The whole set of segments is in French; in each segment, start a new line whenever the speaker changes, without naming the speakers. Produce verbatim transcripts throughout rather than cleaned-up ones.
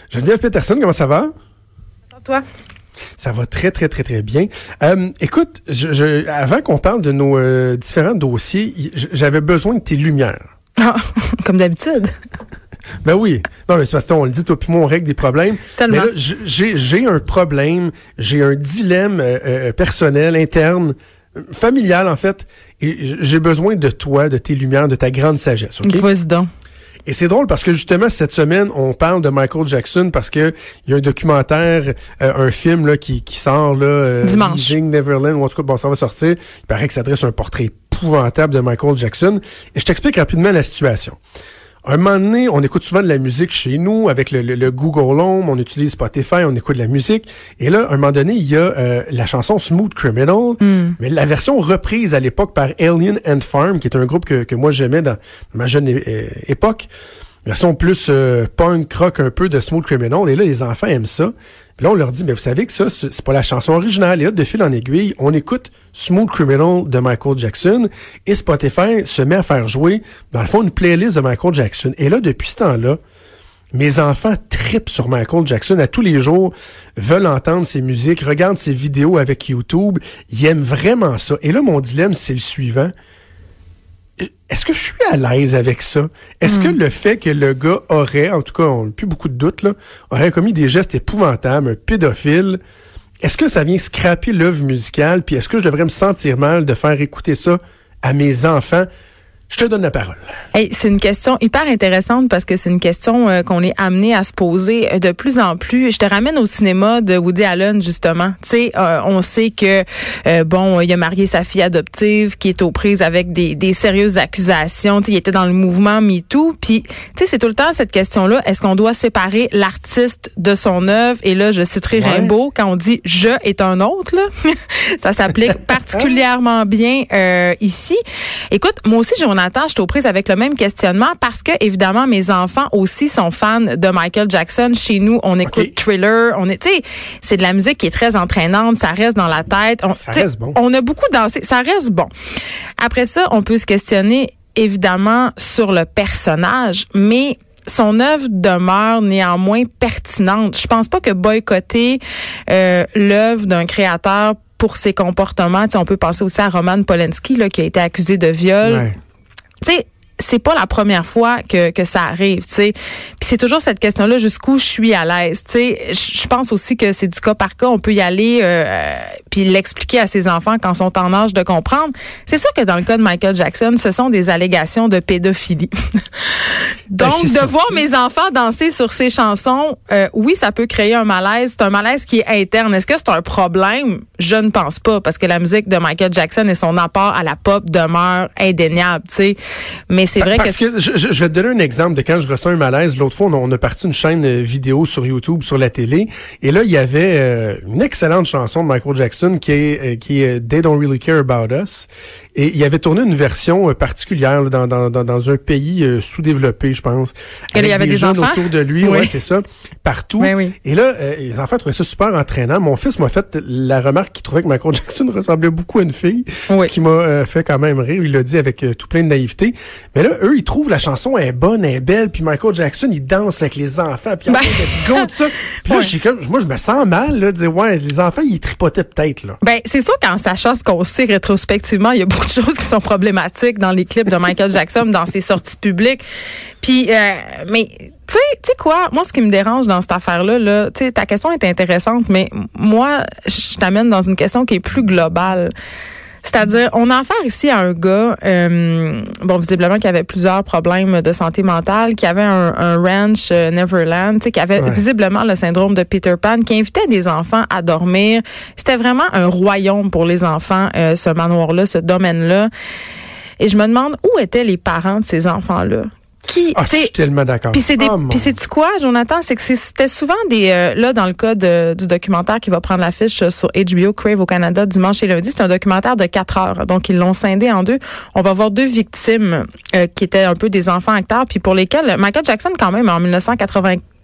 Geneviève Peterson, comment ça va?
Toi?
Ça va très, très, très, très bien. Euh, écoute, je, je, avant qu'on parle de nos euh, différents dossiers, j'avais besoin de tes lumières.
Ah, comme d'habitude.
Ben oui. Non, mais c'est parce qu'on le dit, toi puis moi, on règle des problèmes.
Tellement.
Mais là, j'ai, j'ai un problème, j'ai un dilemme euh, euh, personnel, interne, familial, en fait, et j'ai besoin de toi, de tes lumières, de ta grande sagesse, OK?
Vas-y donc.
Et c'est drôle parce que justement, cette semaine, on parle de Michael Jackson parce que il y a un documentaire, euh, un film là qui, qui sort là, euh,
dimanche.
Leaving Neverland, ou en tout cas, bon, ça va sortir. Il paraît que ça adresse un portrait épouvantable de Michael Jackson. Et je t'explique rapidement la situation. Un moment donné, on écoute souvent de la musique chez nous avec le, le, le Google Home, on utilise Spotify, on écoute de la musique. Et là, à un moment donné, il y a euh, la chanson Smooth Criminal, mm. mais la version reprise à l'époque par Alien Ant Farm, qui est un groupe que, que moi j'aimais dans ma jeune é- époque. Version plus euh, punk rock un peu de Smooth Criminal. Et là, les enfants aiment ça. Puis là, on leur dit, mais vous savez que ça, c'est pas la chanson originale. Et là, de fil en aiguille, on écoute Smooth Criminal de Michael Jackson et Spotify se met à faire jouer, dans le fond, une playlist de Michael Jackson. Et là, depuis ce temps-là, mes enfants trippent sur Michael Jackson à tous les jours, veulent entendre ses musiques, regardent ses vidéos avec YouTube. Ils aiment vraiment ça. Et là, mon dilemme, c'est le suivant. Est-ce que je suis à l'aise avec ça? Est-ce mm. que le fait que le gars aurait, en tout cas, on n'a plus beaucoup de doutes, là, aurait commis des gestes épouvantables, un pédophile, est-ce que ça vient scraper l'œuvre musicale? Puis est-ce que je devrais me sentir mal de faire écouter ça à mes enfants? Je te donne la parole.
Hey, c'est une question hyper intéressante parce que c'est une question euh, qu'on est amené à se poser de plus en plus. Je te ramène au cinéma de Woody Allen, justement. Tu sais, euh, on sait que, euh, bon, il a marié sa fille adoptive qui est aux prises avec des, des sérieuses accusations. Tu sais, il était dans le mouvement MeToo. Puis, tu sais, c'est tout le temps cette question-là. Est-ce qu'on doit séparer l'artiste de son œuvre? Et là, je citerai ouais. Rimbaud quand on dit « je est un autre », là. Ça s'applique particulièrement bien euh, ici. Écoute, moi aussi, j'ai Jonathan, je suis aux prises avec le même questionnement parce que, évidemment, mes enfants aussi sont fans de Michael Jackson. Chez nous, on écoute okay. Thriller. On est, tu sais, c'est de la musique qui est très entraînante. Ça reste dans la tête. On,
ça reste bon.
On a beaucoup dansé. Ça reste bon. Après ça, on peut se questionner, évidemment, sur le personnage, mais son œuvre demeure néanmoins pertinente. Je pense pas que boycotter euh, l'œuvre d'un créateur pour ses comportements, tu sais, on peut penser aussi à Roman Polanski là, qui a été accusé de viol.
Ouais.
Tu sais, c'est pas la première fois que que ça arrive, tu sais. Puis c'est toujours cette question-là, jusqu'où je suis à l'aise, tu sais. Je pense aussi que c'est du cas par cas, on peut y aller euh, puis l'expliquer à ses enfants quand ils sont en âge de comprendre. C'est sûr que dans le cas de Michael Jackson, ce sont des allégations de pédophilie. Donc, ben, de ça, voir mes enfants danser sur ces chansons, euh, oui, ça peut créer un malaise. C'est un malaise qui est interne. Est-ce que c'est un problème? Je ne pense pas, parce que la musique de Michael Jackson et son apport à la pop demeure indéniable, tu sais. Mais c'est vrai
parce
que...
Parce que je, je vais te donner un exemple de quand je ressens un malaise. L'autre fois, on a, on a parti une chaîne vidéo sur YouTube, sur la télé, et là, il y avait euh, une excellente chanson de Michael Jackson qui est, euh, qui est « They Don't Really Care About Us ». Et il avait tourné une version euh, particulière là, dans, dans, dans, dans un pays euh, sous-développé, je pense.
Et là, il y avait des, des
jeunes
enfants
autour de lui,
oui.
ouais, c'est ça, partout.
Oui, oui.
Et là, euh, les enfants trouvaient ça super entraînant. Mon fils m'a fait la remarque qu'il trouvait que Michael Jackson ressemblait beaucoup à une fille,
oui.
ce qui m'a euh, fait quand même rire. Il l'a dit avec euh, tout plein de naïveté. Mais là, eux, ils trouvent la chanson est bonne, elle est belle, puis Michael Jackson, il danse avec les enfants, puis il ben... dit go de ça. Puis là, ouais. comme, moi, je me sens mal là, de dire ouais, les enfants, ils tripotaient peut-être là.
Ben, c'est sûr qu'en sachant ce qu'on sait rétrospectivement, il y a beaucoup de choses qui sont problématiques dans les clips de Michael Jackson, dans ses sorties publiques. Puis, euh, mais tu sais, tu sais quoi, moi, ce qui me dérange dans cette affaire-là, là, tu sais, ta question est intéressante, mais moi, je t'amène dans une question qui est plus globale. C'est-à-dire, on a affaire ici à un gars, euh, bon, visiblement, qui avait plusieurs problèmes de santé mentale, qui avait un, un ranch euh, Neverland, tu sais, qui avait ouais. visiblement le syndrome de Peter Pan, qui invitait des enfants à dormir. C'était vraiment un royaume pour les enfants, euh, ce manoir-là, ce domaine-là. Et je me demande où étaient les parents de ces enfants-là. Qui,
ah, je suis tellement d'accord.
Puis c'est des,
oh,
puis c'est-tu quoi, Jonathan? C'est que c'était souvent des, euh, là, dans le cas de, du documentaire qui va prendre l'affiche sur H B O Crave au Canada dimanche et lundi, c'est un documentaire de quatre heures. Donc, ils l'ont scindé en deux. On va voir deux victimes, euh, qui étaient un peu des enfants acteurs, puis pour lesquels Michael Jackson, quand même, en dix-neuf quatre-vingt-treize,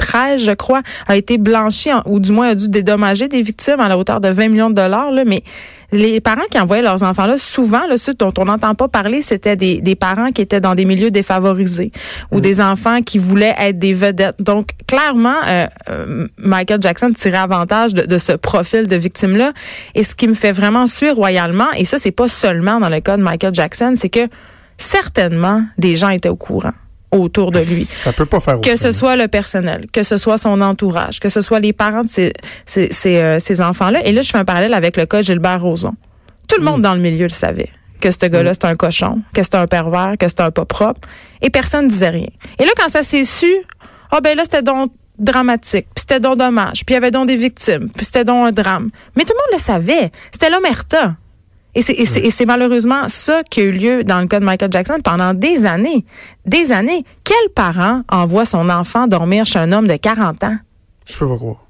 treize, je crois, a été blanchi, en, ou du moins a dû dédommager des victimes à la hauteur de vingt millions de dollars. Là, mais les parents qui envoyaient leurs enfants là, souvent, là, ceux dont on n'entend pas parler, c'était des, des parents qui étaient dans des milieux défavorisés ou mmh. des enfants qui voulaient être des vedettes. Donc, clairement, euh, euh, Michael Jackson tirait avantage de, de ce profil de victime-là. Et ce qui me fait vraiment suer royalement, et ça, c'est pas seulement dans le cas de Michael Jackson, c'est que certainement, des gens étaient au courant autour de lui.
Ça peut pas faire
Que ce soit le personnel, que ce soit son entourage, que ce soit les parents de ces, ces, ces, euh, ces enfants-là. Et là, je fais un parallèle avec le cas de Gilbert Rozon. Tout le mmh. monde dans le milieu le savait, que ce gars-là, mmh. c'était un cochon, que c'était un pervers, que c'était un pas propre. Et personne ne disait rien. Et là, quand ça s'est su, ah oh, ben là, c'était donc dramatique, puis c'était donc dommage, puis il y avait donc des victimes, puis c'était donc un drame. Mais tout le monde le savait. C'était l'omerta. Et c'est, et, c'est, et c'est malheureusement ça qui a eu lieu dans le cas de Michael Jackson pendant des années. Des années. Quel parent envoie son enfant dormir chez un homme de quarante ans?
Je peux pas croire.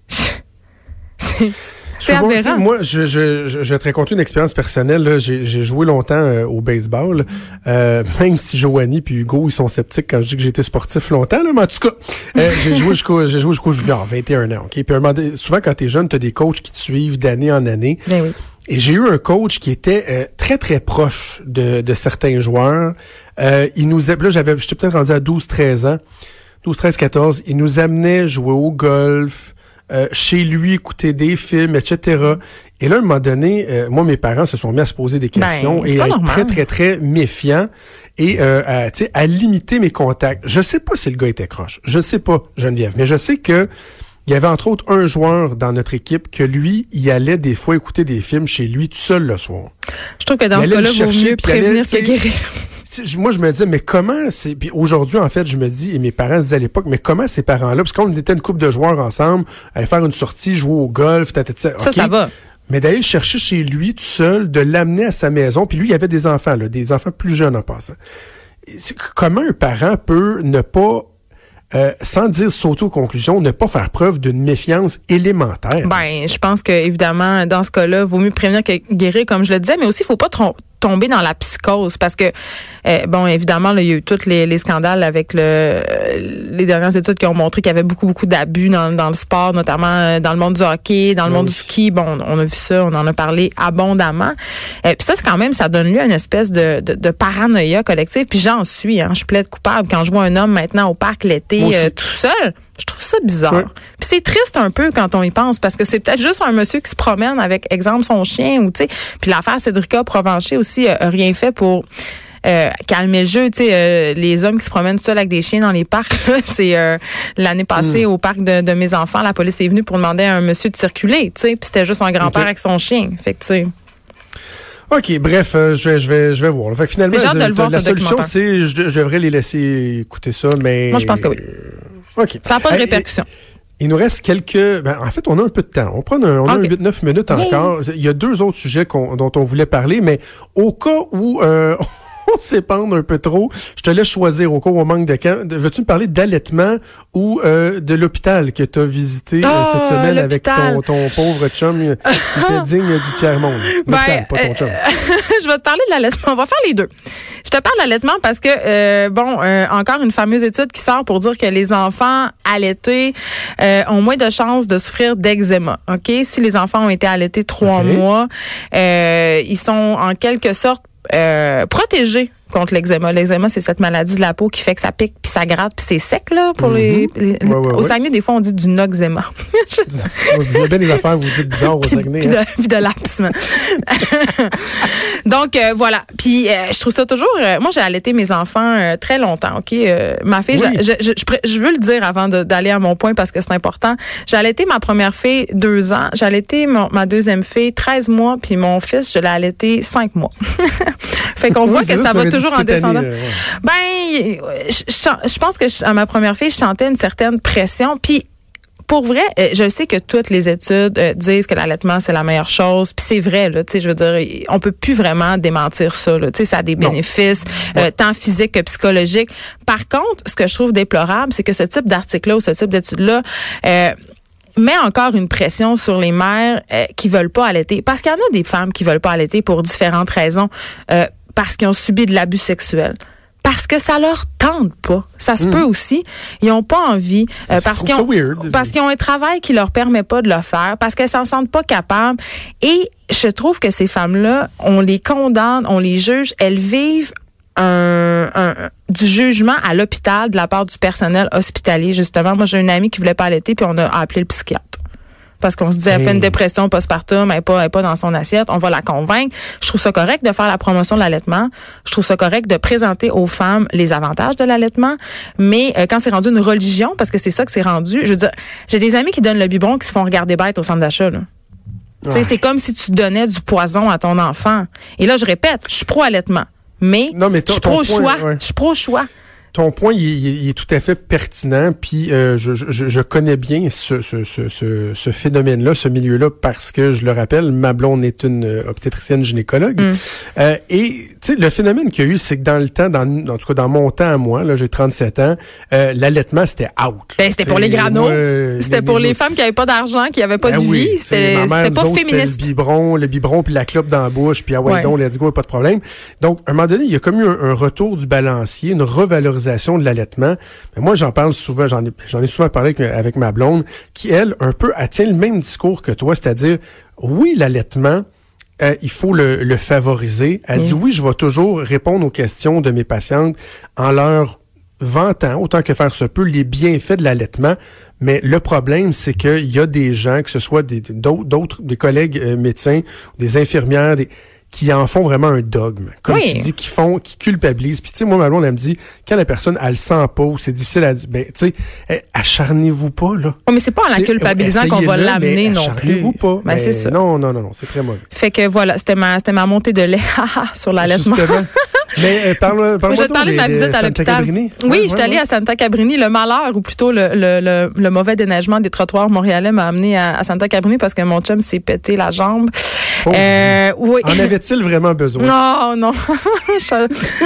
c'est... C'est aberrant.
Moi, je, je, je, je vais te raconter une expérience personnelle. Là. J'ai, j'ai joué longtemps euh, au baseball, euh, même si Joanie puis Hugo, ils sont sceptiques quand je dis que j'ai été sportif longtemps. Là, mais en tout cas, euh, j'ai joué jusqu'au j'ai joué jusqu'au junior, vingt et un ans. Okay? Puis, souvent, quand t'es jeune, t'as des coachs qui te suivent d'année en année.
Ben oui.
Et j'ai eu un coach qui était euh, très, très proche de, de certains joueurs. Euh, il nous a, là, j'avais, j'étais peut-être rendu à douze treize ans. douze treize quatorze. Il nous amenait jouer au golf, euh, chez lui, écouter des films, et cetera. Et là, à un moment donné, euh, moi, mes parents se sont mis à se poser des questions
ben,
et à être
normal.
très, très, très méfiants et euh, à, tu sais, à limiter mes contacts. Je sais pas si le gars était croche. Je sais pas, Geneviève, mais je sais que il y avait entre autres un joueur dans notre équipe que lui, il allait des fois écouter des films chez lui tout seul le soir.
Je trouve que dans
il
ce cas-là, il vaut mieux prévenir que guérir.
Moi, je me disais, mais comment c'est... Puis aujourd'hui, en fait, je me dis, et mes parents se disaient à l'époque, mais comment ces parents-là, parce qu'on était une couple de joueurs ensemble, aller faire une sortie, jouer au golf, tata, tata,
ça, okay. ça va.
Mais d'aller le chercher chez lui tout seul, de l'amener à sa maison, puis lui, il avait des enfants, là, des enfants plus jeunes en passant. C'est, comment un parent peut ne pas... Euh, sans dire sauter aux conclusions, ne pas faire preuve d'une méfiance élémentaire?
Ben, je pense que évidemment, dans ce cas-là, vaut mieux prévenir que guérir, comme je le disais, mais aussi, il faut pas trop tomber dans la psychose parce que euh, bon évidemment là, il y a eu tous les, les scandales avec le euh, les dernières études qui ont montré qu'il y avait beaucoup beaucoup d'abus dans, dans le sport, notamment dans le monde du hockey, dans le oui. monde du ski. Bon, on a vu ça, on en a parlé abondamment. Euh, puis ça, c'est quand même, ça donne lieu à une espèce de, de, de paranoïa collective. Puis j'en suis, hein, je plaide coupable quand je vois un homme maintenant au parc l'été euh, tout seul. Je trouve ça bizarre. Oui. Puis c'est triste un peu quand on y pense parce que c'est peut-être juste un monsieur qui se promène avec, exemple, son chien ou tu sais. Puis l'affaire Cédrica Provencher aussi a, a rien fait pour euh, calmer le jeu. Tu sais, euh, les hommes qui se promènent seuls avec des chiens dans les parcs. Là, c'est euh, l'année passée mm. au parc de, de mes enfants, la police est venue pour demander à un monsieur de circuler. Tu sais, puis c'était juste un grand-père okay. avec son chien. Fait que tu sais.
OK, bref, euh, je vais je vais je vais voir. Fait que finalement
de le voir,
la solution c'est je, je devrais les laisser écouter ça, mais
moi je pense que oui.
OK.
Ça n'a pas de répercussions.
Il nous reste quelques... Ben, en fait, on a un peu de temps. On prend un, on a okay. un huit neuf minutes encore. Yeah. Il y a deux autres sujets qu'on, dont on voulait parler, mais au cas où euh, on s'épande un peu trop, je te laisse choisir au cas où on manque de camp. Veux-tu me parler d'allaitement ou euh, de l'hôpital que tu as visité oh, euh, cette semaine l'hôpital. avec ton, ton pauvre chum qui était digne du tiers-monde? L'hôpital,
ben,
pas ton chum.
Euh, je vais te parler de l'allaitement. On va faire les deux. Je te parle d'allaitement parce que, euh, bon, euh, encore une fameuse étude qui sort pour dire que les enfants allaités euh, ont moins de chances de souffrir d'eczéma. OK? Si les enfants ont été allaités trois okay. mois, euh, ils sont en quelque sorte euh, protégés contre l'eczéma. L'eczéma, c'est cette maladie de la peau qui fait que ça pique puis ça gratte puis c'est sec là pour mm-hmm. les, les ouais, ouais, au ouais. Saguenay des fois on dit du noxéma.
Vous avez bien des affaires vous dites bizarre au Saguenay. Puis
hein? de, de l'apsme. Donc euh, voilà. Puis euh, je trouve ça toujours euh, moi j'ai allaité mes enfants euh, très longtemps, OK, euh, ma fille oui. je, je, je, je veux le dire avant de, d'aller à mon point parce que c'est important. J'ai allaité ma première fille deux ans, j'ai allaité mon, ma deuxième fille treize mois puis mon fils je l'ai allaité cinq mois. Fait qu'on oui, voit que ça va toujours en descendant. Année, ouais. Ben, je, je, je pense que je, à ma première fille, je sentais une certaine pression. Puis, pour vrai, je sais que toutes les études euh, disent que l'allaitement, c'est la meilleure chose. Puis c'est vrai, là, tu sais, je veux dire, on peut plus vraiment démentir ça, là. Tu sais, ça a des non. bénéfices, ouais. euh, tant physiques que psychologiques. Par contre, ce que je trouve déplorable, c'est que ce type d'article-là ou ce type d'étude-là, euh, met encore une pression sur les mères euh, qui veulent pas allaiter. Parce qu'il y en a des femmes qui veulent pas allaiter pour différentes raisons. Euh, parce qu'ils ont subi de l'abus sexuel, parce que ça leur tente pas. Ça se mmh. peut aussi. Ils ont pas envie euh, parce qu'ils ont weird. parce qu'ils ont un travail qui leur permet pas de le faire, parce qu'elles s'en sentent pas capables. Et je trouve que ces femmes-là, on les condamne, on les juge, elles vivent un, un du jugement à l'hôpital de la part du personnel hospitalier, justement. Moi, j'ai une amie qui voulait pas allaiter, puis on a appelé le psychiatre. Parce qu'on se dit, elle hey. fait une dépression postpartum, elle n'est pas, elle est pas dans son assiette, on va la convaincre. Je trouve ça correct de faire la promotion de l'allaitement. Je trouve ça correct de présenter aux femmes les avantages de l'allaitement. Mais euh, quand c'est rendu une religion, parce que c'est ça que c'est rendu, je veux dire, j'ai des amis qui donnent le biberon qui se font regarder bête au centre d'achat, là. Ouais. C'est comme si tu donnais du poison à ton enfant. Et là, je répète, je suis pro-allaitement. Mais,
non, mais
je suis pro-choix. Ouais. Je suis pro-choix.
Ton point, il, il, il est tout à fait pertinent, puis euh, je, je, je connais bien ce, ce, ce, ce, ce phénomène-là, ce milieu-là, parce que, je le rappelle, ma blonde est une obstétricienne gynécologue. Mm. Euh, et, tu sais, le phénomène qu'il y a eu, c'est que dans le temps, dans, en tout cas dans mon temps à moi, là, j'ai trente-sept ans, euh, l'allaitement, c'était out.
Ben, c'était pour les granos. Euh, c'était les, pour les, les femmes qui avaient pas d'argent, qui avaient pas ben de oui, vie. C'était, c'était pas autres, féministe.
C'était le biberon, le biberon, puis la clope dans la bouche, puis ah ouais, ouais. donc, let's go, pas de problème. Donc, à un moment donné, il y a comme eu un, un retour du balancier, une revalorisation de l'allaitement. Mais moi, j'en parle souvent, j'en ai, j'en ai souvent parlé avec, avec ma blonde, qui, elle, un peu, elle tient le même discours que toi, c'est-à-dire, oui, l'allaitement, euh, il faut le, le favoriser. Elle mmh. dit, oui, je vais toujours répondre aux questions de mes patientes en leur vantant, autant que faire se peut, les bienfaits de l'allaitement. Mais le problème, c'est qu'il y a des gens, que ce soit des, d'autres, d'autres des collègues euh, médecins, des infirmières, des qui en font vraiment un dogme. Comme oui. tu dis, qui font, qui culpabilisent. Puis tu sais, moi, ma blonde, elle me dit, quand la personne, elle le sent pas ou c'est difficile à dire, ben, tu sais, acharnez-vous pas, là.
Oh, mais c'est pas en la t'sais, culpabilisant qu'on va l'amener non plus.
Acharnez-vous pas.
Ben,
ben,
c'est ça.
Non, non, non, non, c'est très mauvais.
Fait que voilà, c'était ma, c'était ma montée de lait sur l'allaitement.
Mais euh, parle, parle
je vais te parler de ma visite à l'hôpital. Oui, ouais, j'étais ouais, allée ouais. à Santa Cabrini. Le malheur, ou plutôt le, le, le, le mauvais déneigement des trottoirs montréalais m'a amené à, à Santa Cabrini parce que mon chum s'est pété la jambe.
Oh, euh, oui. En avait-il vraiment besoin?
Non, non. je...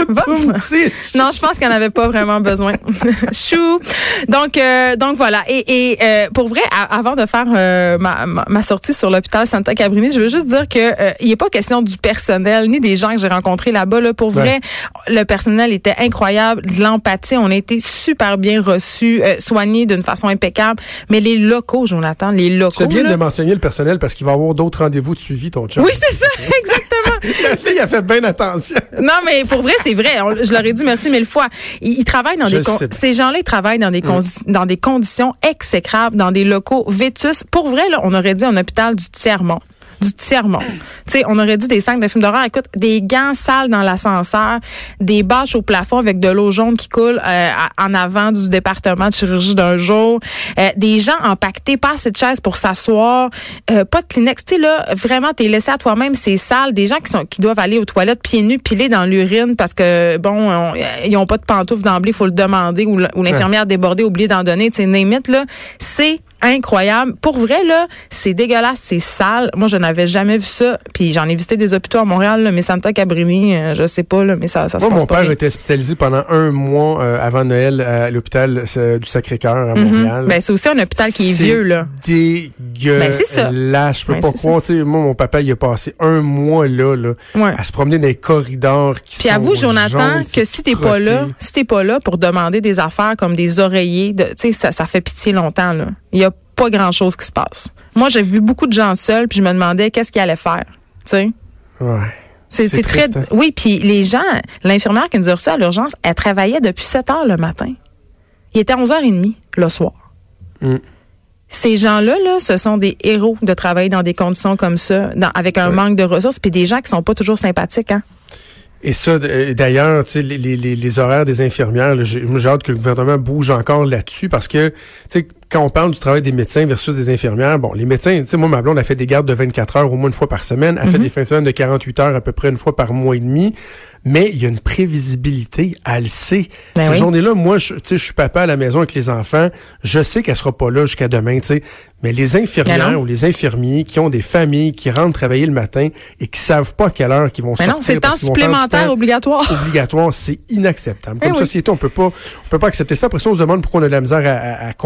non, je pense qu'il n'en avait pas vraiment besoin. Chou. Donc, euh, donc voilà. Et, et euh, pour vrai, à, avant de faire euh, ma, ma, ma sortie sur l'hôpital Santa Cabrini, je veux juste dire que euh, il n'est pas question du personnel ni des gens que j'ai rencontrés là-bas. Là. Pour vrai, ouais. le personnel était incroyable, de l'empathie. On a été super bien reçus, euh, soignés d'une façon impeccable. Mais les locaux, Jonathan, les locaux.
C'est bien
là,
de mentionner le personnel parce qu'il va y avoir d'autres rendez-vous de suivi, ton chum.
Oui, c'est ça, exactement.
La fille a fait bien attention.
Non, mais pour vrai, c'est vrai. On, je leur ai dit merci mille fois. Ils, ils travaillent dans je des con- ces gens-là, ils travaillent dans des con- mmh. dans des conditions exécrables, dans des locaux vétus. Pour vrai, là, on aurait dit un hôpital du tiers-monde. Du tiers-monde. Tu sais, on aurait dit des sacs de films d'horreur. Écoute, des gants sales dans l'ascenseur, des bâches au plafond avec de l'eau jaune qui coule euh, en avant du département de chirurgie d'un jour, euh, des gens empaquetés, pas assez de chaises pour s'asseoir, euh, pas de Kleenex. Tu sais, là, vraiment, t'es laissé à toi-même, c'est sale. Des gens qui sont qui doivent aller aux toilettes pieds nus, pilés dans l'urine parce que, bon, on, ils ont pas de pantoufles d'emblée, faut le demander, ou, ou l'infirmière ouais. débordée oublie d'en donner. Tu sais, name it, là, c'est incroyable. Pour vrai, là, c'est dégueulasse, c'est sale. Moi, je n'avais jamais vu ça. Puis j'en ai visité des hôpitaux à Montréal, là, mais Santa Cabrini, euh, je sais pas, là, mais ça, ça
Moi,
se passe
mon
pas
père
bien.
était hospitalisé pendant un mois euh, avant Noël à l'hôpital euh, du Sacré-Cœur à Montréal.
Mm-hmm. Ben, c'est aussi un hôpital qui est
c'est
vieux, là.
Dégueulasse. Ben, c'est ça. Là, je peux ben, pas croire. Tu sais, moi, mon papa, il a passé un mois là, là, ouais. à se promener dans les corridors qui
Puis
sont
avoue, Jonathan,
jaunes,
que si t'es crotté. pas là, si t'es pas là pour demander des affaires comme des oreillers, tu sais, ça, ça fait pitié longtemps, là. Il y a pas grand-chose qui se passe. Moi, j'ai vu beaucoup de gens seuls, puis je me demandais qu'est-ce qu'ils allaient faire, tu sais.
Ouais.
C'est, c'est, c'est très... Hein? Oui, puis les gens, l'infirmière qui nous a reçus à l'urgence, elle travaillait depuis sept heures le matin. Il était onze heures trente le soir. Mm. Ces gens-là, là, ce sont des héros de travailler dans des conditions comme ça, dans, avec un ouais. manque de ressources, puis des gens qui sont pas toujours sympathiques, hein.
Et ça, d'ailleurs, tu sais, les, les, les horaires des infirmières, là, j'ai, moi, j'ai hâte que le gouvernement bouge encore là-dessus parce que, tu sais, quand on parle du travail des médecins versus des infirmières, bon, les médecins, tu sais, moi, ma blonde a fait des gardes de vingt-quatre heures au moins une fois par semaine, elle mm-hmm. fait des fins de semaine de quarante-huit heures à peu près une fois par mois et demi, mais il y a une prévisibilité, elle le sait. Ben Ces oui. journées-là, moi, je, tu sais, je suis papa à la maison avec les enfants, je sais qu'elle sera pas là jusqu'à demain, tu sais, mais les infirmières ou les infirmiers qui ont des familles, qui rentrent travailler le matin et qui savent pas à quelle heure qu'ils vont mais sortir.
Non, c'est temps supplémentaire obligatoire.
Obligatoire, c'est inacceptable. Comme eh oui. société, on peut pas, on peut pas accepter ça. Après ça, on se demande pourquoi on a de la misère à, à, à combler des postes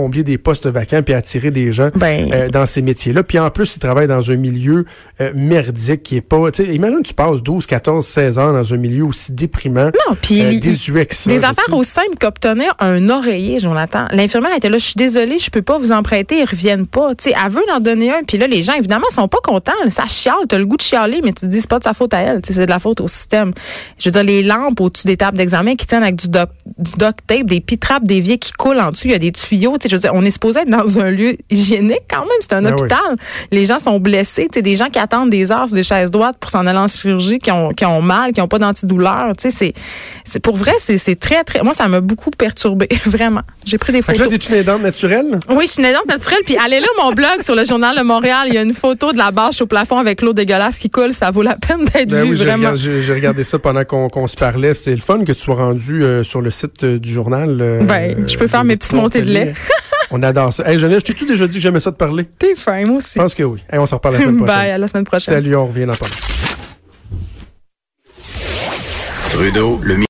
postes vacants puis attirer des gens
ben...
euh, dans ces métiers-là. Puis en plus, ils travaillent dans un milieu euh, merdique qui est pas... Tu sais, imagine tu passes douze, quatorze, seize ans dans un milieu aussi déprimant,
non, puis
euh, désuet que ça.
Des
là,
affaires
t'sais.
aussi simples qu'obtenir un oreiller, Jonathan. L'infirmière était là, je suis désolée, je peux pas vous en prêter, ils reviennent pas. Tu sais, elle veut en donner un, puis là, les gens, évidemment, sont pas contents. Ça chiale, t'as le goût de chialer, mais tu te dis, c'est pas de sa faute à elle, c'est de la faute au système. Je veux dire, les lampes au-dessus des tables d'examen qui tiennent avec du, doc, du duct tape, des pitrappes d'évier qui coulent en dessous, il y a des tuyaux. Tu sais, je veux dire, on est supposé être dans un lieu hygiénique quand même, c'est un
ben
hôpital. Oui. Les gens sont blessés, tu sais, des gens qui attendent des heures sur des chaises droites pour s'en aller en chirurgie, qui ont, qui ont mal, qui ont pas d'antidouleur. Tu sais, c'est, c'est pour vrai, c'est, c'est très, très. Moi, ça m'a beaucoup perturbée, vraiment. J'ai pris des photos.
Fait que là, t'es-tu une aidante naturelle?
Oui, je suis une aidante naturelle. Puis allez là, mon blog sur le Journal de Montréal, il y a une photo de la bâche au plafond avec l'eau dégueulasse qui coule. Ça vaut la peine d'être
Ben
vu,
oui, j'ai
vraiment.
regardé, j'ai, j'ai regardé ça pendant qu'on, qu'on se parlait. C'est le fun que tu sois rendu euh, sur le site euh, du journal. Euh,
ben, je peux faire mes petites montées de lait.
On adore ça. Hey, Geneviève, je t'ai-tu déjà dit que j'aimais ça de parler?
T'es fin, moi aussi.
Je pense que oui. Hey, on se reparle la semaine prochaine.
Bye, à la semaine prochaine.
Salut, on revient dans pas.
Trudeau, le